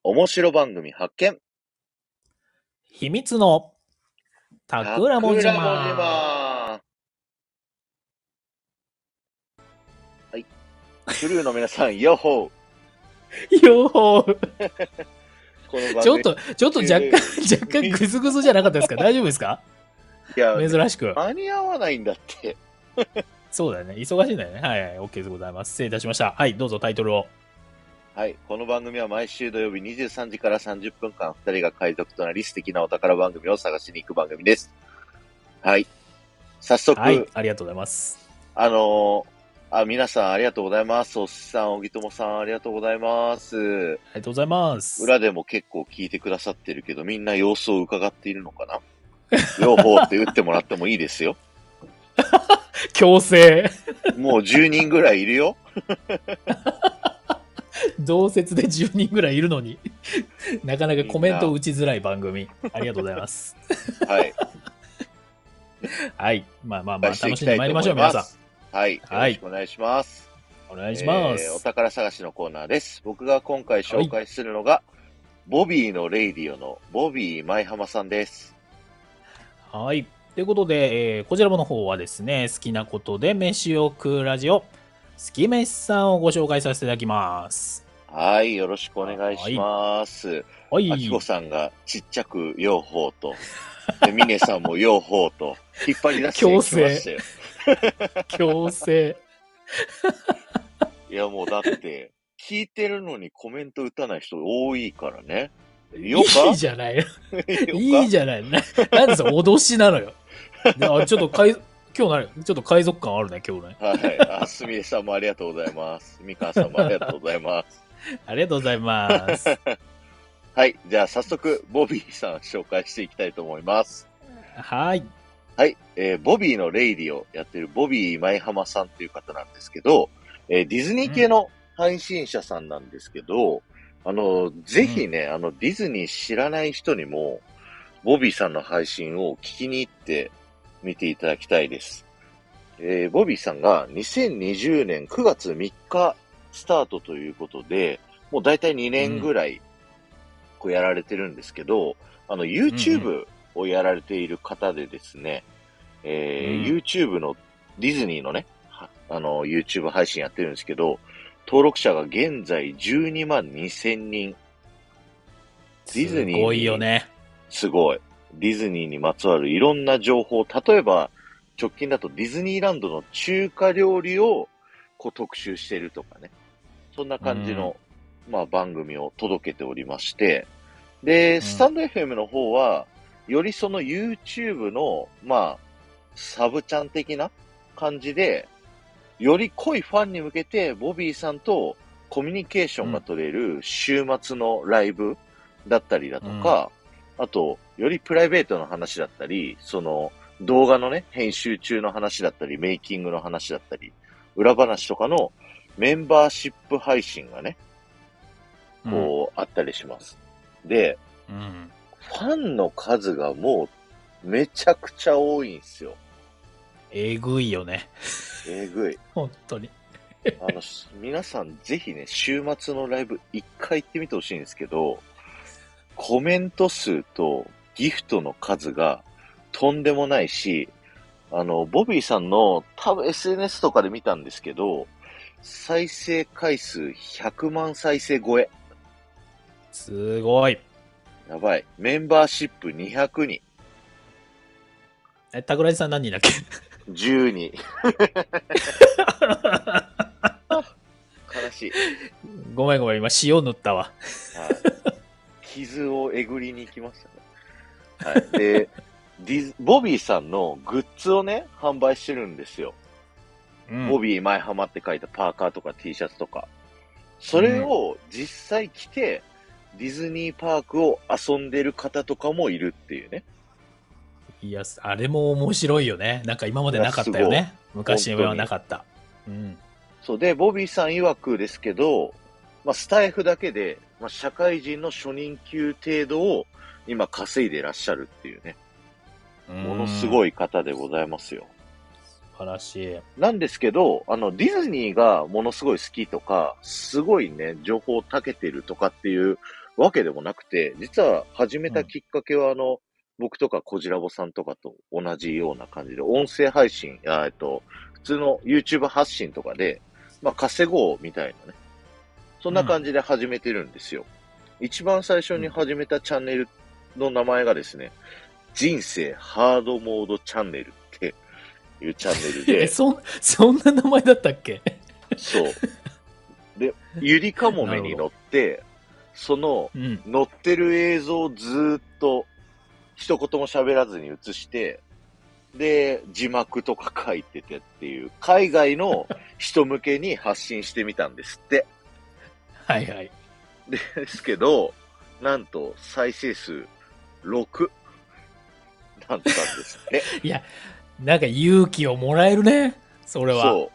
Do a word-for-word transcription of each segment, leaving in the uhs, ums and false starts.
面白番組発見。 秘密の桜も島。 桜も島。はい。クルーの皆さん、ヨッホー。よー。 この番組ちょっと、ちょっと若干、若干グズグズじゃなかったですか？大丈夫ですか？ いや、 珍しく。 間に合わないんだって。 そうだよね。忙しいんだよね。はいはい。OK でございます。失礼いたしました。はい、どうぞタイトルを。 はい。この番組は毎週土曜日にじゅうさんじからさんじゅっぷんかん、ふたりが海賊となり素敵なお宝番組を探しに行く番組です。はい。早速。 はい、ありがとうございます。 あのー、あ、皆さんありがとうございます。おっさん、おぎともさんありがとうございます。ありがとうございます。 裏でも結構聞いてくださってるけど、みんな様子を伺っているのかな？両方って打ってもらってもいいですよ。 強制。 もうじゅうにんぐらいいるよ。 同説でじゅうにんぐらいいるのに、なかなかコメント打ちづらい番組。ありがとうございます。 はい。 はい。まあまあまあ、楽しんでまいりましょう、皆さん。はい。よろしくお願いします。 お願いします、 えー。お宝探しのコーナーです。僕が今回紹介するのが、はい、ボビーのレイディオのボビー舞浜さんです。 はい。ということで、えー、こちらの方はですね、好きなことで飯を食うラジオ、好き飯さんをご紹介させていただきます。 はい、よろしくお願いします。はい。あきこさんがちっちゃく用法と、で、ミネさんも用法と、引っ張り出してきましたよ。 強制。 いや、もうだって、聞いてるのにコメント打たない人多いからね。よかいいじゃない。いいじゃない。な、なんでさ、脅しなのよ。あ、ちょっとかい、今日何ちょっと海賊感あるね、今日ね。 はい。あ、すみれさんもありがとうございます。みかんさんもありがとうございます。 ありがとうございます。 はい。じゃあ早速、ボビーさん紹介していきたいと思います。 はい。 はい。えー、ボビーのレイディをやってるボビー舞浜さんという方なんですけど、えー、ディズニー系の配信者さんなんですけど、うん、あの、ぜひね、あの、ディズニー知らない人にも、ボビーさんの配信を聞きに行って見ていただきたいです。えー、ボビーさんがにせんにじゅうねんくがつみっかスタートということで、もうだいたいにねんぐらいこうやられてるんですけど、あの、YouTube をやられている方でですね、うんうん、えー、YouTube のディズニーのね、あの、YouTube 配信やってるんですけど、登録者が現在じゅうにまんにせんにん。 ディズニー。すごいよね。 すごい。ディズニーにまつわるいろんな情報、例えば、直近だとディズニーランドの中華料理をこう特集しているとかね。そんな感じの、うん、まあ番組を届けておりまして、で、うん、スタンド エフエム の方は、よりその YouTube の、まあ、サブチャン的な感じで、より濃いファンに向けて、ボビーさんとコミュニケーションが取れる週末のライブだったりだとか、うん、あと、よりプライベートの話だったり、その、動画のね、編集中の話だったり、メイキングの話だったり、裏話とかのメンバーシップ配信がね、こう、うん、あったりします。で、うん、ファンの数がもう、めちゃくちゃ多いんですよ。 えぐいよね。 えぐい。 本当に。 あの、皆さんぜひね、週末のライブ一回行ってみてほしいんですけど、コメント数とギフトの数がとんでもないし、あの、ボビーさんの多分 エスエヌエス とかで見たんですけど、再生回数ひゃくまん再生超え。 すごい。 やばい。メンバーシップにひゃくにん。 え、桜井さん何人だっけ ? じゅうにん。悲しい。 ごめんごめん、今塩塗ったわ。はい。 傷をえぐりに行きましたね。はい。で、ディズボビーさんのグッズをね、販売してるんですよ。うん、ボビー前浜って書いたパーカーとか T シャツとか。それを実際着て、ディズニーパークを遊んでる方とかもいるっていうね。 いや、あれも面白いよね。なんか今までなかったよね。昔はなかった。 うん。そうで、ボビーさん曰くですけど、まあ、スタイフだけで、まあ、社会人の初任給程度を今稼いでいらっしゃるっていうね。ものすごい方でございますよ。 素話。 なんですけど、あの、ディズニーがものすごい好きとか、すごいね、情報を長けてるとかっていうわけでもなくて、実は始めたきっかけは、あの、僕とかコジラボさんとかと同じような感じで、音声配信、あえっと、普通の YouTube 発信とかで、まあ、稼ごうみたいなね。そんな感じで始めてるんですよ。うん、一番最初に始めたチャンネルの名前がですね、人生ハードモードチャンネルっていうチャンネルで。 え、そ、そんな名前だったっけ？ そう。で、ゆりかもめに乗って、その、乗ってる映像をずーっと一言も喋らずに映して、で、字幕とか書いててっていう、海外の人向けに発信してみたんですって。 はいはい。 ですけど、なんと再生数ろくだったんですって。 いや、なんか勇気をもらえるね、それは。 そう。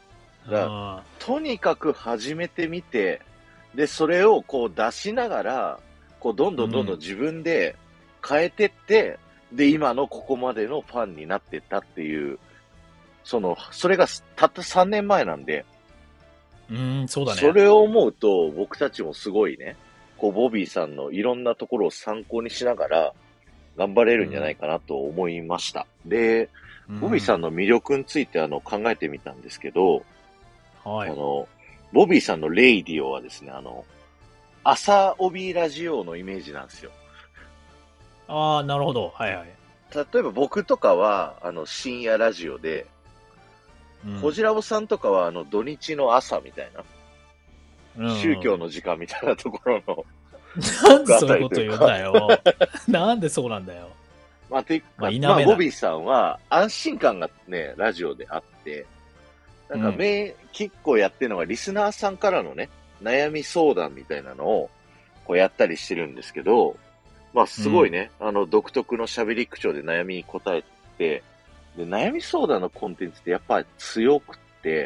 だからとにかく始めてみて、で、それをこう出しながら、こうどんどんどんどん自分で変えてって、うん、で、今のここまでのファンになってったっていう、その、それがたったさんねんまえなんで、 うん、そうだね。 それを思うと、僕たちもすごいね、こう、ボビーさんのいろんなところを参考にしながら、頑張れるんじゃないかなと思いました。うん、で、ボビーさんの魅力についてあの考えてみたんですけど、はい、あの、ボビーさんのレイディオはですね、あの、朝帯ラジオのイメージなんですよ。 ああ、なるほど。はいはい。 例えば僕とかは、あの、深夜ラジオで、コジラボさんとかは、あの、土日の朝みたいな、うん、宗教の時間みたいなところの、 なんでそういうこと言うんだよ。なんでそうなんだよ。 まあ、てか、まあ、まあ、ボビーさんは安心感がね、ラジオであって、なんか、め、うん、結構やってるのが、リスナーさんからのね、悩み相談みたいなのを、こうやったりしてるんですけど、まあ、すごいね、うん、あの、独特の喋り口調で悩みに答えて、で、悩み相談のコンテンツってやっぱり強くって、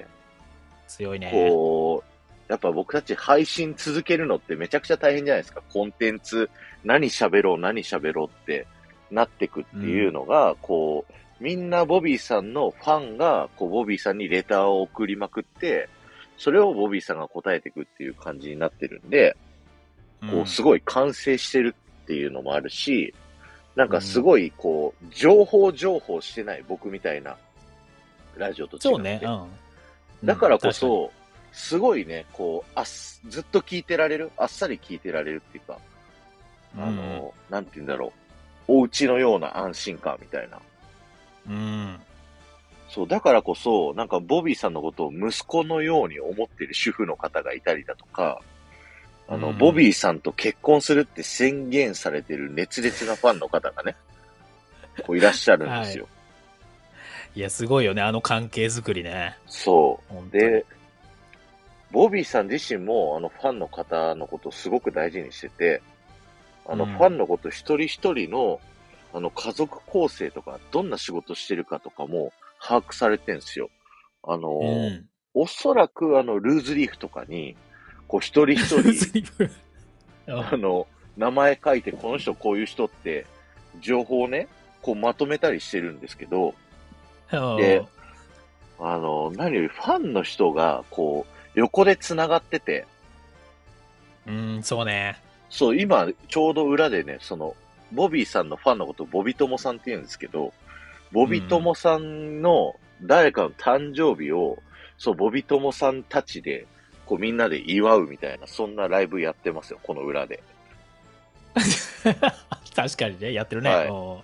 強いね。 こう、やっぱ僕たち配信続けるのってめちゃくちゃ大変じゃないですか。コンテンツ、何喋ろう、何喋ろうってなってくっていうのが、うん、こう、みんなボビーさんのファンが、こう、ボビーさんにレターを送りまくって、それをボビーさんが答えていくっていう感じになってるんで、こう、すごい完成してるっていうのもあるし、なんかすごい、こう、情報情報してない僕みたいなラジオと違って。 そうね。うん。 だからこそ、すごいね、こう、あっ、ずっと聞いてられる、あっさり聞いてられるっていうか、あの、うん、なんて言うんだろう、お家のような安心感みたいな。 うん。 そう、だからこそ、なんかボビーさんのことを息子のように思っている主婦の方がいたりだとか、あの、うん、ボビーさんと結婚するって宣言されている熱烈なファンの方がね、こういらっしゃるんですよ。 はい、いや、すごいよね、あの関係づくりね。 そう。で、ボビーさん自身も、あの、ファンの方のことをすごく大事にしてて、あの、うん、ファンのこと一人一人の、あの、家族構成とか、どんな仕事してるかとかも把握されてんすよ。あの、うん、おそらく、あの、ルーズリーフとかに、こう、一人一人、あの、名前書いて、この人こういう人って、情報をね、こうまとめたりしてるんですけど、で、あの、何よりファンの人が、こう、横で繋がってて。 うん、そうね。 そう、今、ちょうど裏でね、その、ボビーさんのファンのことをボビトモさんって言うんですけど、ボビトモさんの誰かの誕生日を、そう、ボビトモさんたちで、こうみんなで祝うみたいな、そんなライブやってますよ、この裏で。 確かにね、やってるね。 はい、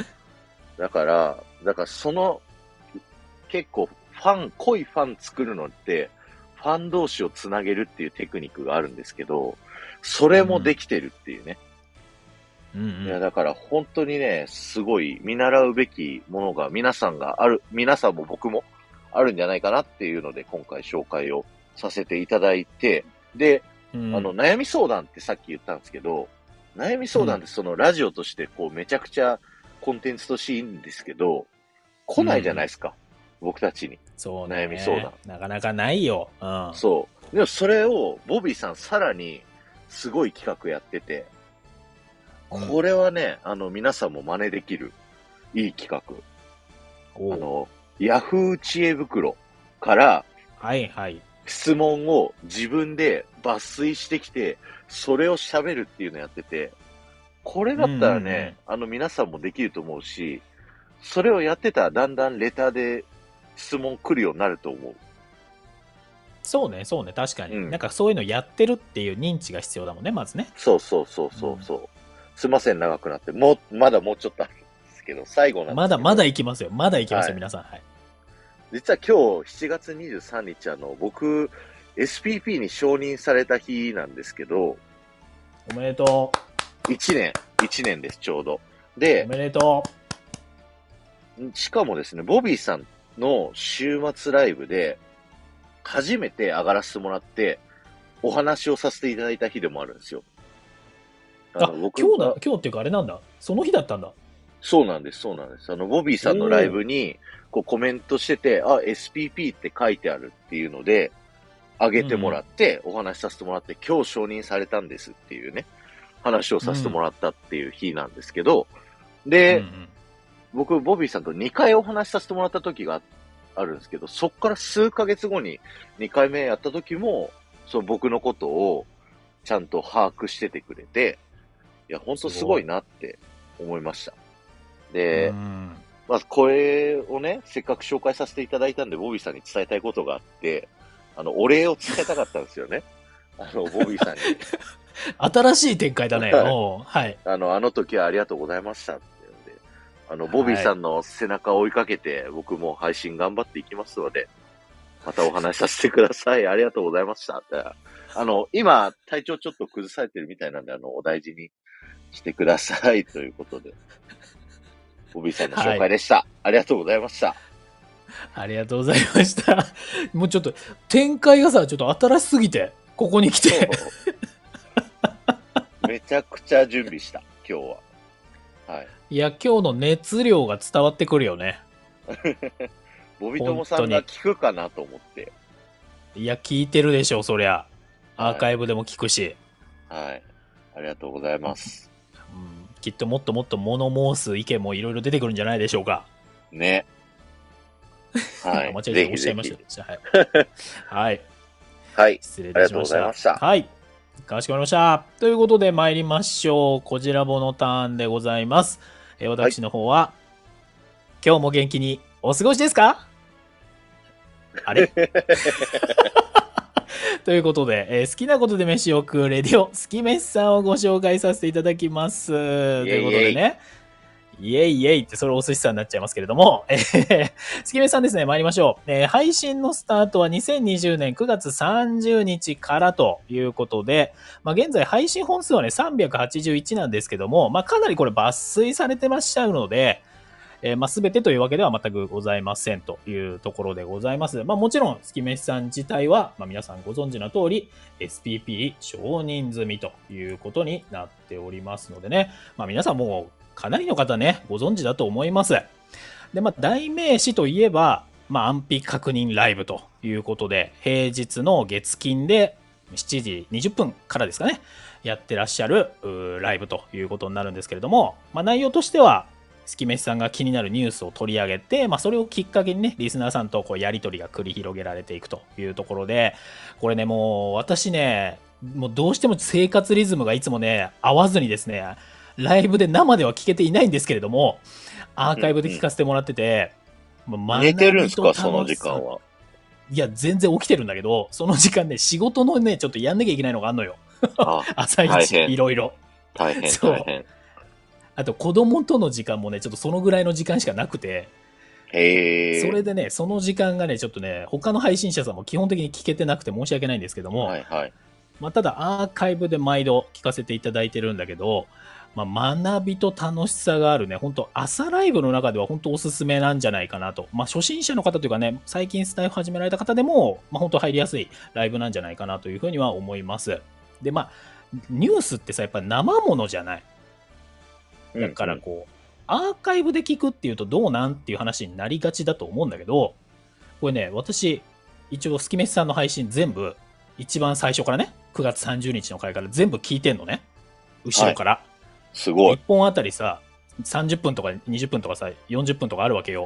だから、だからその、結構、ファン、濃いファン作るのって、ファン同士をつなげるっていうテクニックがあるんですけど、それもできてるっていうね。 うんうん、 いや、だから本当にね、すごい見習うべきものが皆さんがある、皆さんも僕もあるんじゃないかなっていうので、今回紹介をさせていただいて、で、うん、あの、悩み相談ってさっき言ったんですけど、悩み相談ってそのラジオとしてこうめちゃくちゃコンテンツとしていいんですけど、来ないじゃないですか。うん、僕たちに。 そうね。 悩み相談。 なかなかないよ。うん。 そう。でもそれを、ボビーさんさらに、すごい企画やってて、これはね、あの、皆さんも真似できる、いい企画。あの、 ヤフー知恵袋からはいはい。 質問を自分で抜粋してきて、それを喋るっていうのやってて、これだっうんうんうん。 たらね、あの皆さんもできると思うし、それをやってたらだんだんレターで質問来るようになると思う。 そうね、そうね、確かに。なんうん。 かそういうのやってるっていう認知が必要だもんね、まずね。 そうそうそううん、 そうそう。すいません、長くなって。もう、まだもうちょっとあるんですけど、最後なんでまだまだすけど、 いきますよ。まだいきますよ、 はい。 皆さん。はい。 実は今日しちがつにじゅうさんにち、あの、僕、エスピーピー に承認された日なんですけど、 おめでといちねん、いちねんです、ちょうど。 う。おで、 めでとしかもですね、ボビーさんの週末ライブで、初めて上がらせてもらって、お話をさせていただいた日でもあるんですよ。 う。あ、 あの、僕今日だ、 が、 今日っていうかあれなんだ。その日だったんだ。 そうなんです、そうなんです。あの、ボビーおさんのライお。 ブに、こうコメントしてて、あ、エスピーピー って書いてあるっていうので、上げてもらって、お話しさせてもらって、今日承認されたんですっていうね、話をうん。うんさせてもらったっていう日なんですけど、で、 うん。 僕、ボビーさんとにかいお話しさせてもらった時があるんですけど、そっから数ヶ月後ににかいめやった時も、その僕のことをちゃんと把握しててくれて、いや、ほんとすごい。 すごいなって思いました。 うで、 ん。 まずこれをね、せっかく紹介させていただいたんで、ボビーさんに伝えたいことがあって、あの、お礼を伝えたかったんですよね。あの、ボビーさんに。 新しい展開だね。 はい。 おうはい。 あの、あの時はありがとうございましたっていうので、あの、ボビーはい。 さんの背中を追いかけて、僕も配信頑張っていきますので、またお話しさせてください。ありがとうございましたって。あの、今、体調ちょっと崩されてるみたいなんで、あの、お大事にしてくださいということで、ボビーさんの紹はい。 介でした。ありがとうございました。 ありがとうございました。もうちょっと、展開がさ、ちょっと新しすぎて、ここに来て。 めちゃくちゃ準備した、今日は。はい。 いや、今日の熱量が伝わってくるよね。 ボビトモさんが本当に。 聞くかなと思って。 いや、聞いてるでしょ、そりゃ。アーはい。 カイブでも聞くし。 はい。ありがとうございます。 うん、きっともっともっと物申す意見もいろいろ出てくるんじゃないでしょうか。 ね。はあ、 い。 間違えた。おっしゃいぜひぜひ。 ました。はい。はい。 はい。 失礼いたありがとうごしました。 ざいました。 はい。かしこまりました。ということで参りましょう。こちらぼのターンでございます。えーはい。 私の方は、今日も元気にお過ごしですか？あれということで、えー好きなことで飯を食うレディオ、好き飯さんをご紹介させていただきます。とイェいうイイェイ。 ことでね、イエイイエイってそれお寿司さんになっちゃいますけれども、えー、好き飯さんですね、参りましょう。えー配信のスタートはにせんにじゅうねんくがつさんじゅうにちからということで、まあ、現在配信本数はね、さんびゃくはちじゅういちなんですけども、まあ、かなりこれ抜粋されてらっしゃるので、えー、まあ、全てというわけでは全くございませんというところでございます。まあ、もちろん、月飯さん自体は、まあ、皆さんご存知の通り、エスピーピー 承認済みということになっておりますのでね、まあ、皆さんもうかなりの方ね、ご存知だと思います。で、まあ、代名詞といえば、まあ、安否確認ライブということで、平日の月金でしちじにじゅっぷんからですかね、やってらっしゃるライブということになるんですけれども、まあ、内容としては、月飯さんが気になるニュースを取り上げて、まあ、それをきっかけにね、リスナーさんとこうやり取りが繰り広げられていくというところで、これね、もう私ね、もうどうしても生活リズムがいつもね、合わずにですね、ライブで生では聞けていないんですけれども、アーカイブで聞うんうん。 かせてもらってて、もう寝て学びとるんすか、その楽しさ、 時間は。 いや、全然起きてるんだけど、その時間ね、仕事のね、ちょっとやんなきゃいけないのがあんのよ。 あ、 朝一、 大変。 いろいろ。 大変、大そう。 変。 あと、子供との時間もね、ちょっとそのぐらいの時間しかなくて、そへえ。 れでね、その時間がね、ちょっとね、他の配信者さんも基本的に聞けてなくて申し訳ないんですけども、 はいはい。 まあ、ただアーカイブで毎度聞かせていただいてるんだけど、まあ、学びと楽しさがあるね、本当朝ライブの中では本当おすすめなんじゃないかなと。まあ、初心者の方というかね、最近スタイフ始められた方でも、まあ、本当入りやすいライブなんじゃないかなというふうには思います。で、まあ、ニュースってさ、やっぱ生ものじゃない。だうんうん。 からこう、アーカイブで聞くっていうとどうなんっていう話になりがちだと思うんだけど、これね、私、一応、スキメシさんの配信全部、一番最初からね、くがつさんじゅうにちの回から全部聞いてんのね。後はい。 ろから。で、 すごい。 いっぽんあたりさ、さんじゅっぷんとかにじゅっぷんとかさ、よんじゅっぷんとかあるわけよ。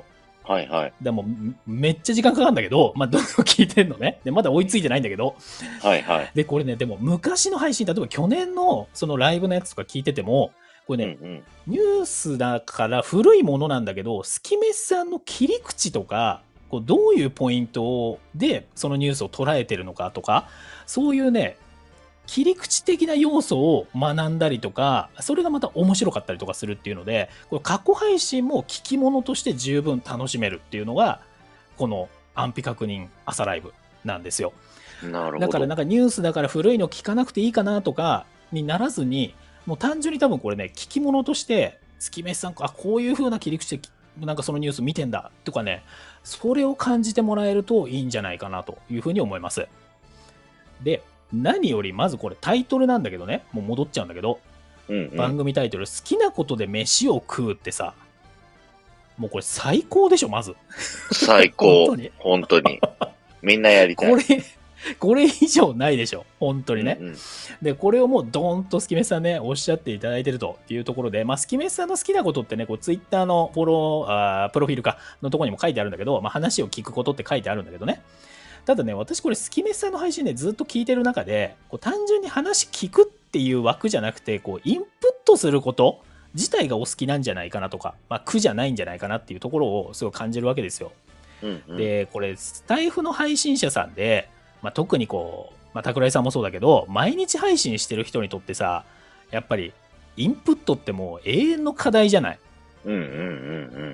はいはい。 でもうめっちゃ時間かかるんだけど、まあ、どんどん聞いてんのね。で、まだ追いついてないんだけど。 はいはい。 で、これね、でも昔の配信、例えば去年のそのライブのやつとか聞いてても、これね、 うんうん。 ニュースだから古いものなんだけど、スキメスさんの切り口とか、こうどういうポイントでそのニュースを捉えてるのかとか、そういうね、切り口的な要素を学んだりとか、それがまた面白かったりとかするっていうので、これ過去配信も聞き物として十分楽しめるっていうのが、この安否確認朝ライブなんですよ。 なるほど。 だからなんかニュースだから古いの聞かなくていいかなとかにならずに、もう単純に多分これね、聞き物として、月飯さん、あ、こういう風な切り口でなんかそのニュース見てんだとかね、それを感じてもらえるといいんじゃないかなという風に思います。で、何よりまずこれタイトルなんだけどね、もう戻っちゃうんだけど、 うんうん、 番組タイトル、好きなことで飯を食うってさ、もうこれ最高でしょ、まず。 最高。 本当に。 本当に。みんなやりたい。 これ、これ以上ないでしょ。本当にね。 うんうん、 で、これをもうドーンとスキメスさんね、おっしゃっていただいてるというところで、まあ、スキメスさんの好きなことってね、こう、ツイッターのフォロー、あープロフィールかのところにも書いてあるんだけど、まあ、話を聞くことって書いてあるんだけどね。ただね、私これスキメスさんの配信でずっと聞いてる中で、こう単純に話聞くっていう枠じゃなくて、こう、インプットすること自体がお好きなんじゃないかなとか、まあ、苦じゃないんじゃないかなっていうところをすごい感じるわけですよ。 うんうん、 で、これ、スタイフの配信者さんで、まあ、特にこう、まあ、桜井さんもそうだけど、毎日配信してる人にとってさ、やっぱり、インプットってもう永遠の課題じゃない。 うんうんうんうん。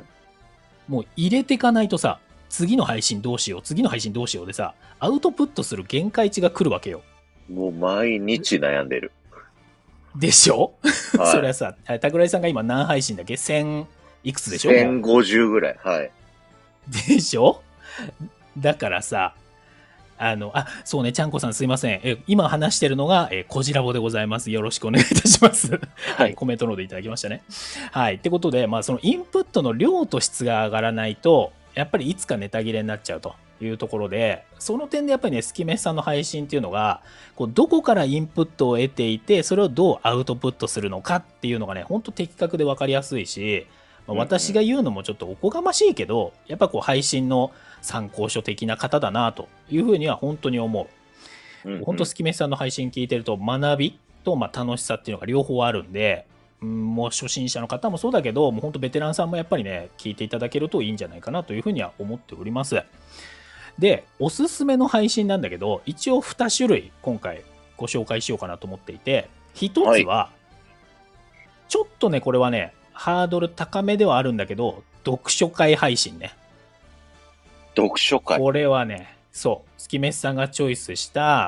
もう入れていかないとさ、次の配信どうしよう、次の配信どうしようでさ、アウトプットする限界値が来るわけよ。 もう毎日悩んでる。 でしょ、 はい、 それはさ、桜井さんが今何配信だっけ ?せん いくつでしょ ?せんごじゅう ぐらい。はい。 でしょだからさ、あの、あ、そうね、ちゃんこさんすいません。え今話してるのが、えコジラボでございます。よろしくお願いいたします。はい、コメントの方でいただきましたね。はい。ってことで、まあ、そのインプットの量と質が上がらないと、やっぱりいつかネタ切れになっちゃうというところで、その点でやっぱりね、スキメスさんの配信っていうのが、こうどこからインプットを得ていて、それをどうアウトプットするのかっていうのがね、ほんと的確で分かりやすいし、まあ、私が言うのもちょっとおこがましいけど、やっぱこう配信の参考書的な方だなというふうには本当に思う。うんうん、本当、スキメスさんの配信聞いてると、学びとまあ楽しさっていうのが両方あるんで、うん、もう初心者の方もそうだけど、もう本当ベテランさんもやっぱりね、聞いていただけるといいんじゃないかなというふうには思っております。で、おすすめの配信なんだけど、一応に種類今回ご紹介しようかなと思っていて、一つは、ちょっとね、これはね、ハードル高めではあるんだけど、読書会配信ね。 読書会。 これはね、そう、スキメスさんがチョイスした、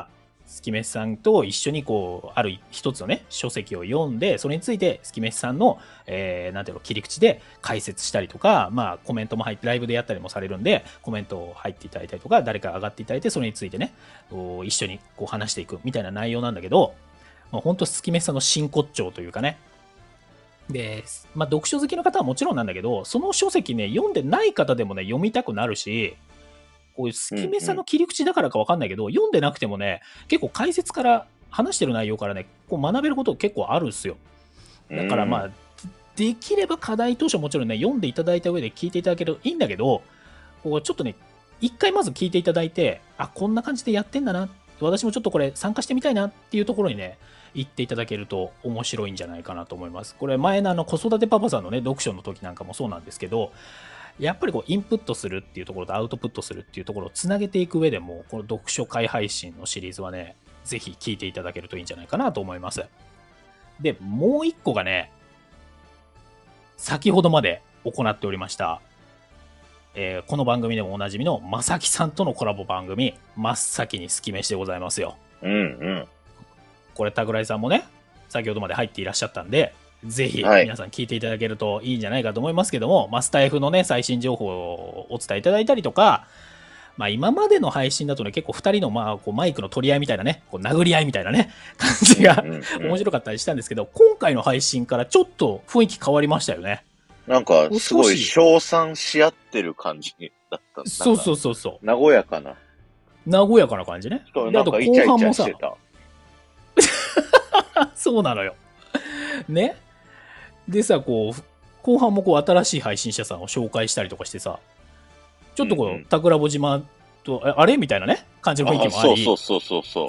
スキメスさんと一緒にこう、ある一つのね、書籍を読んで、それについてスキメスさんの、えー、なんていうの、切り口で解説したりとか、まあ、コメントも入って、ライブでやったりもされるんで、コメントを入っていただいたりとか、誰か上がっていただいて、それについてね、一緒にこう話していくみたいな内容なんだけど、まあ、本当スキメスさんの真骨頂というかね、で、まあ、読書好きの方はもちろんなんだけど、その書籍ね、読んでない方でもね、読みたくなるし、こういうスキメさの切り口だからかわかんないけど、うんうん、読んでなくてもね、結構解説から話してる内容からね、こう学べること結構あるんですよ。だからまあ、できれば課題当初もちろんね、読んでいただいた上で聞いていただけるといいんだけど、こうちょっとね、一回まず聞いていただいて、あ、こんな感じでやってんだな、私もちょっとこれ参加してみたいなっていうところにね、言っていただけると面白いんじゃないかなと思います。これ前のあの子育てパパさんのね、読書の時なんかもそうなんですけど、やっぱりこうインプットするっていうところとアウトプットするっていうところをつなげていく上でも、この読書会配信のシリーズはね、ぜひ聞いていただけるといいんじゃないかなと思います。で、もう一個がね、先ほどまで行っておりました、えー、この番組でもおなじみのまさきさんとのコラボ番組、真っ先に好き飯でございますよ。 うんうん。 これ、桜井さんもね、先ほどまで入っていらっしゃったんで、ぜひ皆さん聞いていただけるといいんじゃないかと思いますけども、はい、まあ、スタイフのね、最新情報をお伝えいただいたりとか、まあ今までの配信だとね、結構ふたりのまあこうマイクの取り合いみたいなね、こう殴り合いみたいなね、感じが面白かったりしたんですけど、今回の配信からちょっと雰囲気変わりましたよね。 なんか、すごい称賛し合ってる感じだった。 そうそうそうそう。 和やかな。 和やかな感じね。 で、あと後半もさ、 そうなのよ。ね。でさ、こう、後半もこう新しい配信者さんを紹介したりとかしてさ、 ちょっとこう、 うんうん、 桜穂島と、ああれみたいなね、感じの雰囲気もあり。 そうそうそうそうそう。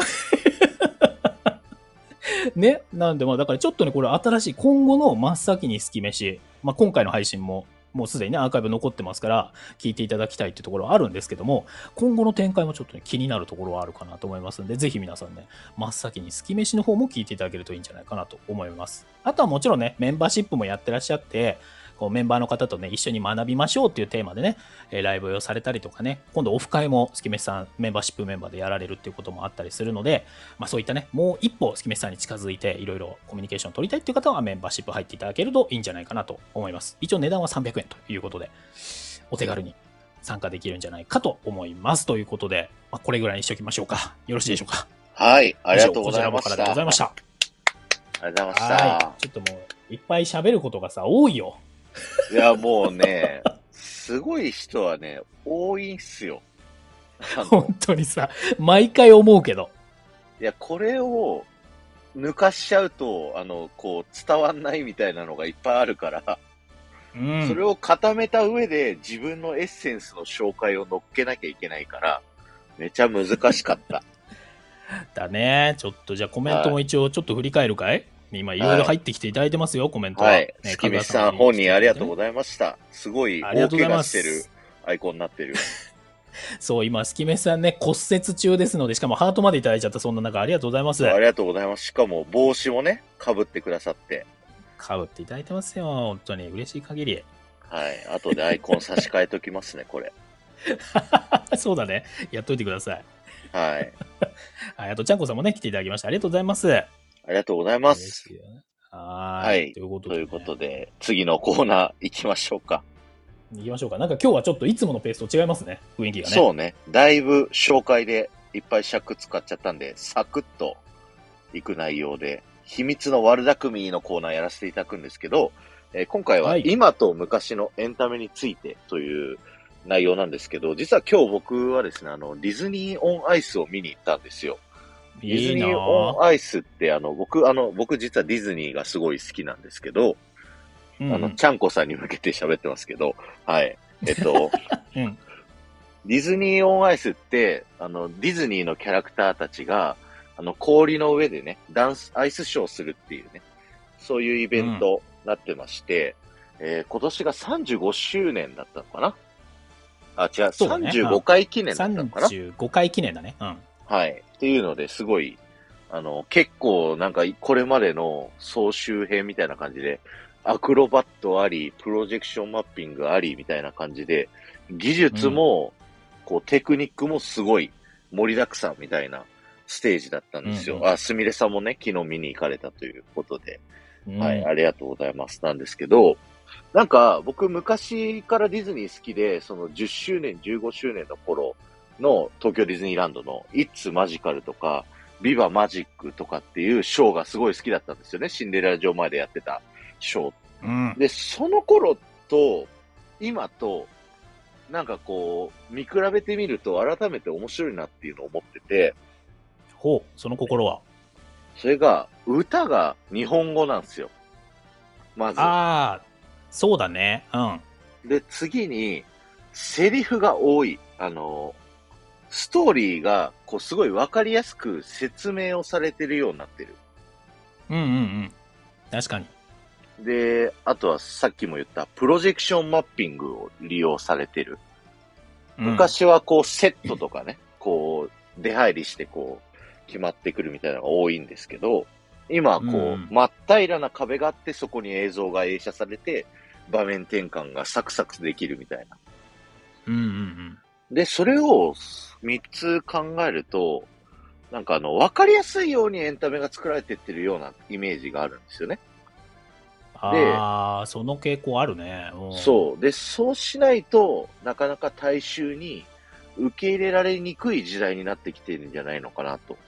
ね。なんで、まあ、だからちょっとね、これ新しい、今後の真っ先に好き飯、まあ、今回の配信も、もうすでにね、アーカイブ残ってますから、聞いていただきたいっていうところはあるんですけども、今後の展開もちょっとね、気になるところはあるかなと思いますんで、ぜひ皆さんね、真っ先に好き飯の方も聞いていただけるといいんじゃないかなと思います。あとはもちろんね、メンバーシップもやってらっしゃって、こうメンバーの方とね、一緒に学びましょうっていうテーマでね、えーライブをされたりとかね、今度オフ会も月飯さんメンバーシップメンバーでやられるっていうこともあったりするので、まあそういったね、もう一歩月飯さんに近づいていろいろコミュニケーションを取りたいっていう方はメンバーシップ入っていただけるといいんじゃないかなと思います。一応値段はさんびゃくえんということで、お手軽に参加できるんじゃないかと思います。ということで、まあ、これぐらいにしておきましょうか。よろしいでしょうか。 はい、ありがとうございま以上こちら僕からした。 でございました。 ありがとうございましはい。 た。 ちょっともう、いっぱい喋ることがさ、多いよ。 いや、もうね、すごい人はね、多いんすよ。あの本当にさ、毎回思うけど。 いや、これを抜かしちゃうと、あの、こう、伝わんないみたいなのがいっぱいあるから、 うん。 それを固めた上で自分のエッセンスの紹介を乗っけなきゃいけないから、めちゃ難しかった。 だね。ちょっとじゃあコメントも一応ちょっと振り返るかい、今いろいろ入ってきていただいてますよ、コメントは。 はい。 ね、 月見かぐわさん本人ありがとうごいざいました。すごいありが大怪とうございま我してるす。 アイコンになってる。 そう、今、スキメさんね、骨折中ですので、しかもハートまでいただいちゃった、そんな中、ありがとうございます。 ありがとうございます。しかも帽子もね、被ってくださって。 かぶっていただいてますよ。本当に嬉しい限り。 はい。後でアイコン差し替えときますね、これ。 そうだね。やっといてください。 はい。 はい。あと、ちゃんこさんもね、来ていただきまして、ありがとうございます。あありがとうございます。 はーい。 はい。 ということで、ね、 ということで、次のコーナー行きましょうか。 行きましょうか。なんか今日はちょっといつものペースと違いますね。雰囲気がね。 そうね。だいぶ紹介でいっぱい尺使っちゃったんで、サクッといく内容で、秘密の悪巧みのコーナーやらせていただくんですけど、えー今回は今と昔のエンタメについてという内容なんですけど、実は今日僕はですね、あの、ディズニーオンアイスを見に行ったんですよ。ディズニーオンアイスって、あの、僕、あの、僕実はディズニーがすごい好きなんですけど、 うんうん、 あの、ちゃんこさんに向けて喋ってますけど、はい。えっと、 うん、 ディズニーオンアイスって、あの、ディズニーのキャラクターたちが、あの、氷の上でね、ダンス、アイスショーするっていうね、そういうイベントになってまして、うん、えー、今年がさんじゅうごしゅうねんだったのかなあ、違う、ね、さんじゅうごかい記念だったのかな ?さんじゅうご回記念だね。うん。 はい。っていうので、すごい、あの、結構なんか、これまでの総集編みたいな感じで、アクロバットあり、プロジェクションマッピングあり、みたいな感じで、技術も、こう、テクニックもすごい盛りだくさんみたいなステージだったんですよ。うんうん、あ、すみれさんもね、昨日見に行かれたということで、うん、はい、ありがとうございます。なんですけど、なんか、僕昔からディズニー好きで、そのじゅっしゅうねん、じゅうごしゅうねんの頃の東京ディズニーランドの It's Magical とか、ビバマジックとかっていうショーがすごい好きだったんですよね。シンデレラ城前でやってたショー。うん、で、その頃と、今と、なんかこう、見比べてみると改めて面白いなっていうのを思ってて。 ほう、その心はそれが、歌が日本語なんですよ。まず。 ああ、そうだね。うん。 で、次に、セリフが多い。あの、ストーリーが、こう、すごいわかりやすく説明をされてるようになってる。 うんうんうん。確かに。 で、あとはさっきも言ったプロジェクションマッピングを利用されてる。うん、昔はこうセットとかね、こう出入りしてこう決まってくるみたいなのが多いんですけど、今はこう、うん、真っ平らな壁があってそこに映像が映写されて場面転換がサクサクできるみたいな。 うんうんうん。 で、それをみっつ考えると、なんかあの、わかりやすいようにエンタメが作られてってるようなイメージがあるんですよね。 ああ、その傾向あるね。 そう。で、そうしないとなかなか大衆に受け入れられにくい時代になってきてるんじゃないのかなと。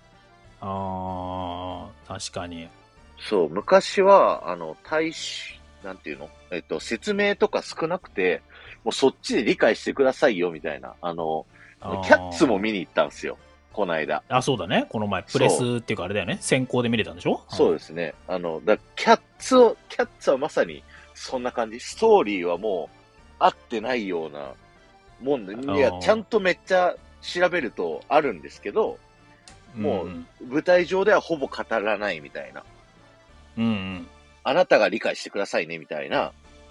ああ、確かに。 そう。昔は、あの、大衆、なんていうのえっと、説明とか少なくて、もうそっちで理解してくださいよ、みたいな。あの、キャッツも見に行ったんですよ。この間。 あ、そうだね。この前、プレスっていうかあれだよね。先行で見れたんでしょ？ そうですね。あの、だキャッツを、キャッツはまさにそんな感じ。ストーリーはもう合ってないようなもん、いや、ちゃんとめっちゃ調べるとあるんですけど、もう、舞台上ではほぼ語らないみたいな。 うんうん。 あなたが理解してくださいねみたいな。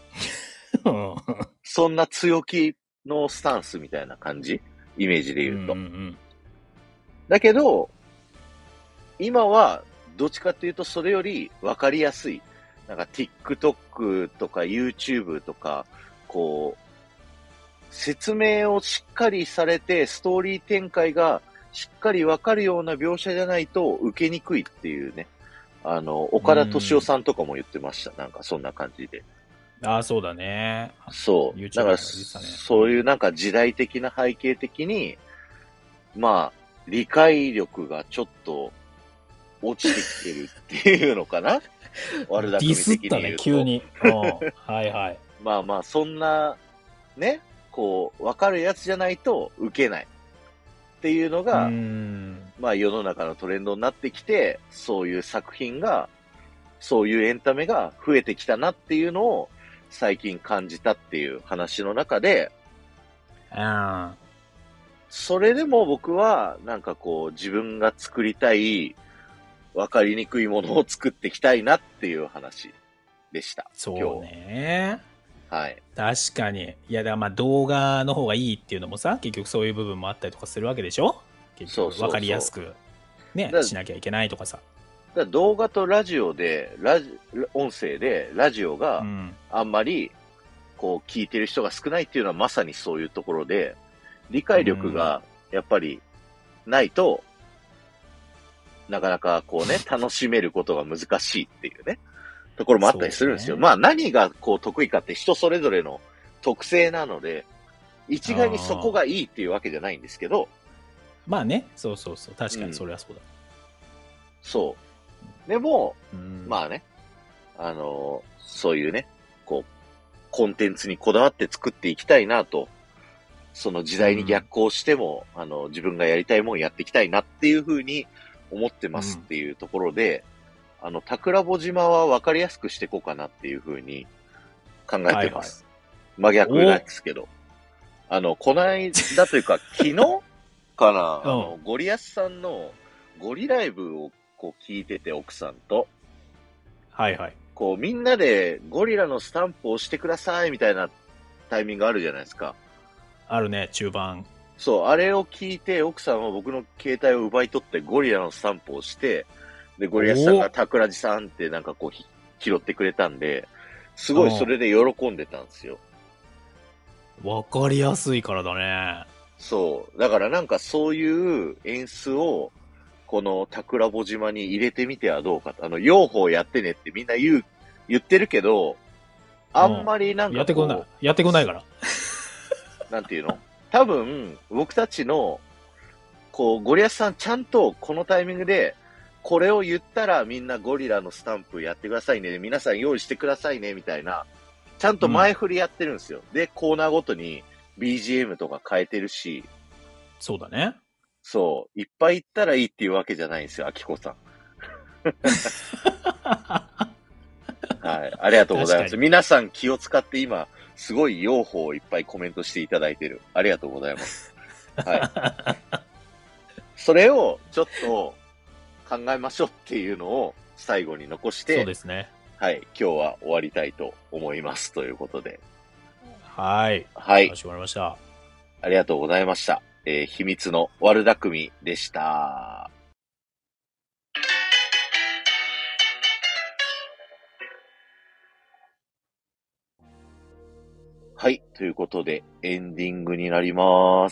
そんな強気のスタンスみたいな感じイメージで言うと。うんうんうん、だけど、今は、どっちかっていうとそれより分かりやすい。なんか TikTok とか YouTube とか、こう、説明をしっかりされて、ストーリー展開がしっかり分かるような描写じゃないと受けにくいっていうね。あの、岡田敏夫さんとかも言ってました。なんかそんな感じで。 ああ、そうだね。 そう。だから、そういうなんか時代的な背景的に、まあ、理解力がちょっと落ちてきてるっていうのかな悪巧み的に言うと。ディスったね、 急に。うん、はいはい。 まあまあ、そんな、ね、こう、わかるやつじゃないと受けないっていうのが、まあ世の中のトレンドになってきて、そういう作品が、そういうエンタメが増えてきたなっていうのを最近感じたっていう話の中で、 あそれでも僕はなんかこう自分が作りたいわかりにくいものを作っていきたいなっていう話でした。 そうね。 はい。 確かに。いや、だからまあ動画の方がいいっていうのもさ、結局そういう部分もあったりとかするわけでしょ？結局わかりやすくね、しなきゃいけないとかさ。 だ動画とラジオで、ラジ、音声で、ラジオがあんまり、こう、聞いてる人が少ないっていうのはまさにそういうところで、理解力がやっぱりないと、なかなかこうね、楽しめることが難しいっていうね、ところもあったりするんですよ。ね、まあ何がこう得意かって人それぞれの特性なので、一概にそこがいいっていうわけじゃないんですけど。 まあね、そうそうそう、確かにそれはそうだ。うん、 そう。でも、まあね、あのー、そういうね、こう、コンテンツにこだわって作っていきたいなと、その時代に逆行しても、うん、あの、自分がやりたいもんやっていきたいなっていうふうに思ってますっていうところで、うん、あの、桜穂島は分かりやすくしていこうかなっていうふうに考えてます。はいはい、真逆ですけど。あの、こないだというか、昨日かな、あの、ゴリアスさんのゴリライブをこう聞いてて、奥さんと。 はいはい。 こう、みんなでゴリラのスタンプを押してくださいみたいなタイミングあるじゃないですか。 あるね、中盤。 そう、あれを聞いて、奥さんは僕の携帯を奪い取ってゴリラのスタンプをして、で、ゴリラさんが桜地さんってなんかこう、拾ってくれたんで、すごいそれで喜んでたんですよ。 わかりやすいからだね。 そう。だからなんかそういう演出を、この桜穂島に入れてみてはどうかと。あの、養蜂やってねってみんな言う、言ってるけど、あんまりなんかやってこない。やってこないから。 なんていうの？多分、僕たちの、こう、ゴリアスさんちゃんとこのタイミングで、これを言ったらみんなゴリラのスタンプやってくださいね。皆さん用意してくださいね。みたいな。ちゃんと前振りやってるんですよ。うん、で、コーナーごとに ビージーエム とか変えてるし。 そうだね。 そう。いっぱい言ったらいいっていうわけじゃないんですよ、アキコさん。はい。ありがとうございます。皆さん気を使って今、すごい用法をいっぱいコメントしていただいてる。ありがとうございます。はい。それをちょっと考えましょうっていうのを最後に残して、 そうですね。 はい。今日は終わりたいと思います。ということで。 はい。 はい。 かしこまりました。 ありがとうございました。えー、秘密の悪巧みでした。はい。ということで、エンディングになります。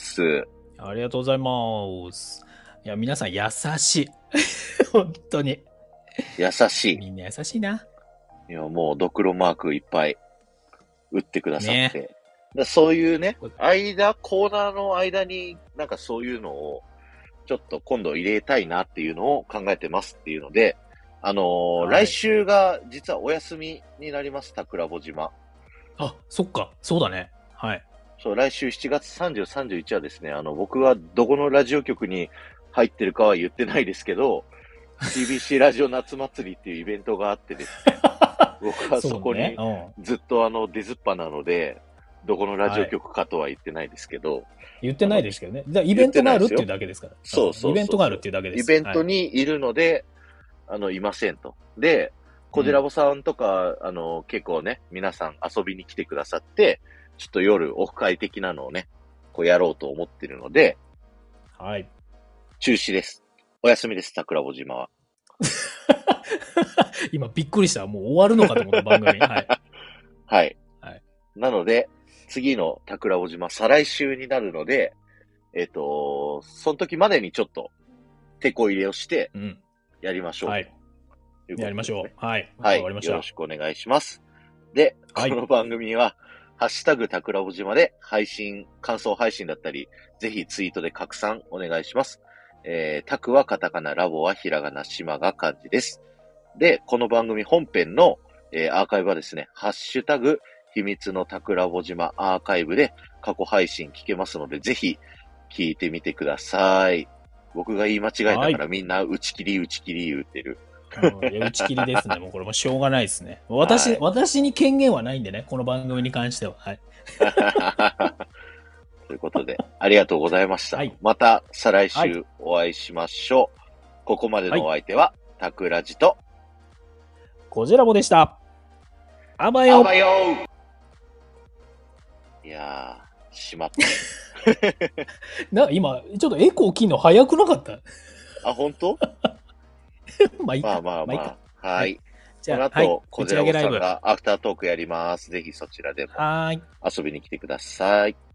ありがとうございます。いや、皆さん優しい。本当に。 優しい。 みんな優しいな。 いや、もうドクロマークいっぱい打ってくださって。ね、だそういうね、間、コーナーの間になんかそういうのをちょっと今度入れたいなっていうのを考えてますっていうので、あのーはい、来週が実はお休みになります、桜穂島。 あ、そっか、そうだね。はい。 そう、来週しちがつさんじゅう、さんじゅういちはですね、あの、僕はどこのラジオ局に入ってるかは言ってないですけど、ティービーシー ラジオ夏祭りっていうイベントがあってですね、僕はそこにずっとあの出ずっぱなので、 どこのラジオ局かとは言ってないですけど。 言ってないですけどね。じゃあイベントがあるっていうだけですから。 そうそうそう。 イベントがあるっていうだけです。 イベントにいるので、はい、あの、いませんと。で、コジラボさんとか、うん、あの、結構ね、皆さん遊びに来てくださって、ちょっと夜オフ会的なのをね、こうやろうと思ってるので、 はい。 中止です。お休みです、桜穂島は。 今びっくりした。もう終わるのかと思った番組。はい。 はい。 はい。 なので、次の桜穂島、再来週になるので、えっと、その時までにちょっと、手こ入れをして、やりましょう、 うん。はい。やりましょう。はい。 はい。 わかりました。 よろしくお願いします。で、この番組は、はい、ハッシュタグ桜穂島で配信、感想配信だったり、ぜひツイートで拡散お願いします。えー、タクはカタカナ、ラボはひらがな、島が漢字です。で、この番組本編の、えー、アーカイブはですね、ハッシュタグ、秘密の桜穂島アーカイブで過去配信聞けますので、ぜひ聞いてみてください。僕が言い間違えたから、はい、みんな打ち切り打ち切り言うてる。 いや打ち切りですね。もうこれもしょうがないですね。私、はい、私に権限はないんでね、この番組に関しては。はい。 ということで、ありがとうございました。はい、また再来週お会いしましょう。はい、ここまでのお相手は、タクラジと、 コジラボでした。あばよ。 あばよ。いやー、しまった。 な、今、ちょっとエコー切るの早くなかった？ あ、本当？ まあいいか。 まあまあまあ。まあ、はい。はい、 じゃあ、 この後、はい、こちらさんがアフタートークやります。ぜひそちらでも遊びに来てください。